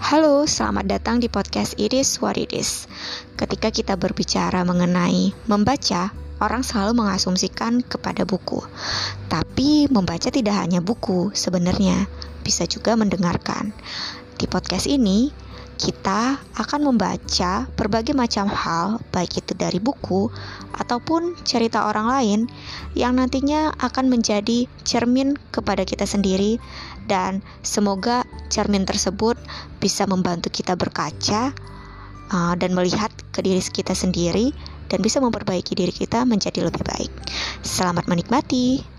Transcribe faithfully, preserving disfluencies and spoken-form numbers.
Halo, selamat datang di podcast It Is What It Is. Ketika kita berbicara mengenai membaca, orang selalu mengasumsikan kepada buku. Tapi membaca tidak hanya buku sebenarnya, bisa juga mendengarkan. Di podcast ini, kita akan membaca berbagai macam hal, baik itu dari buku ataupun cerita orang lain yang nantinya akan menjadi cermin kepada kita sendiri, dan semoga cermin tersebut bisa membantu kita berkaca uh, dan melihat ke diri kita sendiri dan bisa memperbaiki diri kita menjadi lebih baik. Selamat menikmati.